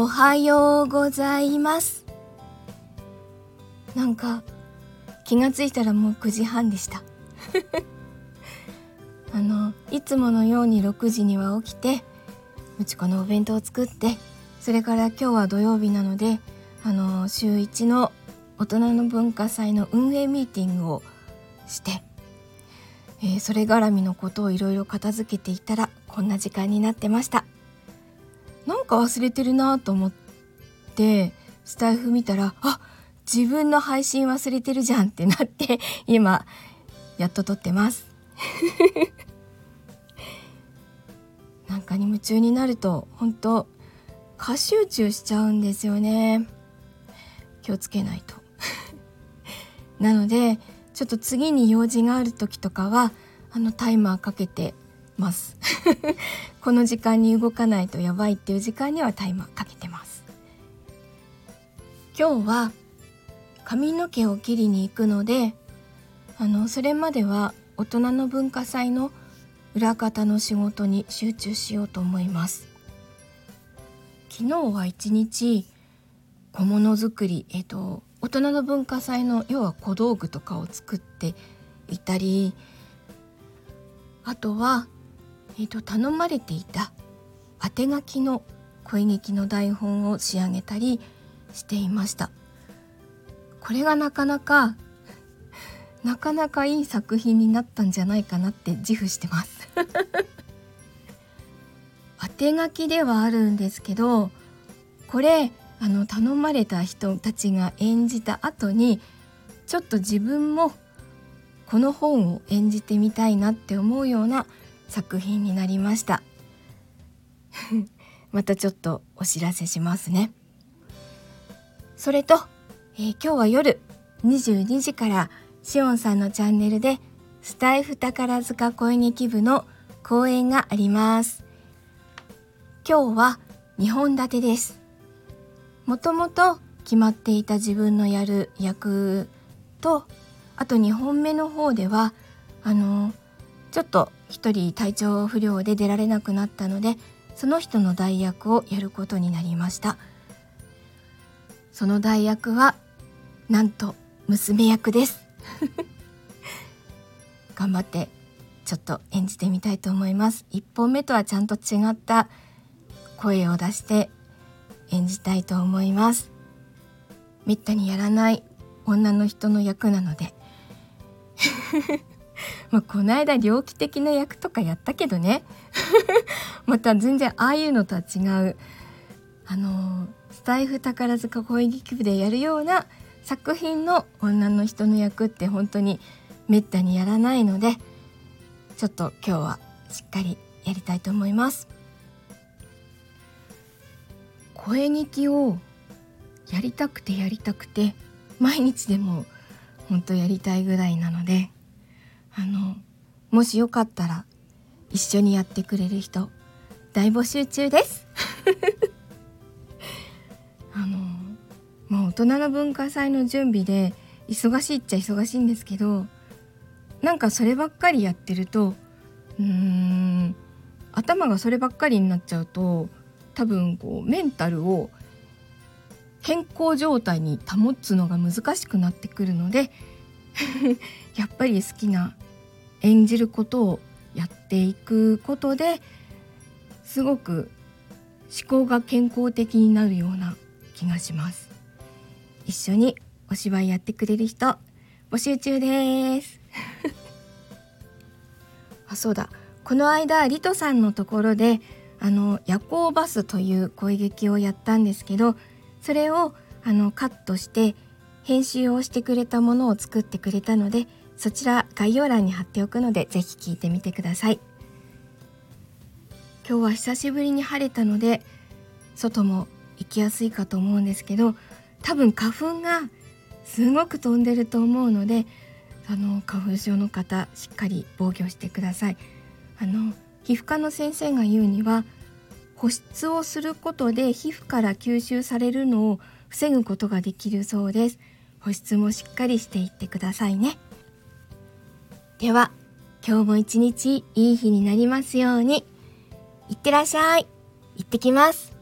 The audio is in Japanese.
はようございます。なんか気がついたらもう9時半でしたいつものように6時には起きてうちこのお弁当を作って、それから今日は土曜日なので週1の大人の文化祭の運営ミーティングをして、それ絡みのことをいろいろ片付けていたらこんな時間になってました。なんか忘れてるなと思ってスタイフ見たら、自分の配信忘れてるじゃんってなって今やっと撮ってますなんかに夢中になると本当過集中しちゃうんですよね。気をつけないとなのでちょっと次に用事がある時とかはタイマーかけてますこの時間に動かないとやばいっていう時間にはタイマーかけてます。今日は髪の毛を切りに行くので、それまでは大人の文化祭の裏方の仕事に集中しようと思います。昨日は一日小物作り、大人の文化祭の要は小道具とかを作っていたり、あとは、頼まれていた当て書きの声劇の台本を仕上げたりしていました。これがなかなかいい作品になったんじゃないかなって自負してます当て書きではあるんですけど、これ頼まれた人たちが演じた後にちょっと自分もこの本を演じてみたいなって思うような作品になりましたまたちょっとお知らせしますね。それと、今日は夜22時からしおんさんのチャンネルでスタイフ宝塚声劇部の公演があります。今日は2本立てです。もともと決まっていた自分のやる役と、あと2本目の方ではちょっと一人体調不良で出られなくなったので、その人の代役をやることになりました。その代役はなんと娘役です頑張ってちょっと演じてみたいと思います。1本目とはちゃんと違った声を出して演じたいと思います。めったにやらない女の人の役なのでこの間猟奇的な役とかやったけどねまた全然ああいうのとは違うスタイフ宝塚声劇部でやるような作品の女の人の役って本当にめったにやらないので、ちょっと今日はしっかりやりたいと思います。声劇をやりたくて毎日でも本当やりたいぐらいなので、もしよかったら一緒にやってくれる人大募集中ですもう大人の文化祭の準備で忙しいっちゃ忙しいんですけど、なんかそればっかりやってると頭がそればっかりになっちゃうと、多分メンタルを健康状態に保つのが難しくなってくるのでやっぱり好きな演じることをやっていくことですごく思考が健康的になるような気がします。一緒にお芝居やってくれる人募集中ですそうだ、この間リトさんのところで夜行バスという声劇をやったんですけど、それをカットして編集をしてくれたものを作ってくれたので、そちら概要欄に貼っておくのでぜひ聞いてみてください。今日は久しぶりに晴れたので外も行きやすいかと思うんですけど、多分花粉がすごく飛んでると思うので、花粉症の方しっかり防御してください。皮膚科の先生が言うには、保湿をすることで皮膚から吸収されるのを防ぐことができるそうです。保湿もしっかりしていってくださいね。では今日も一日いい日になりますように。いってらっしゃい。行ってきます。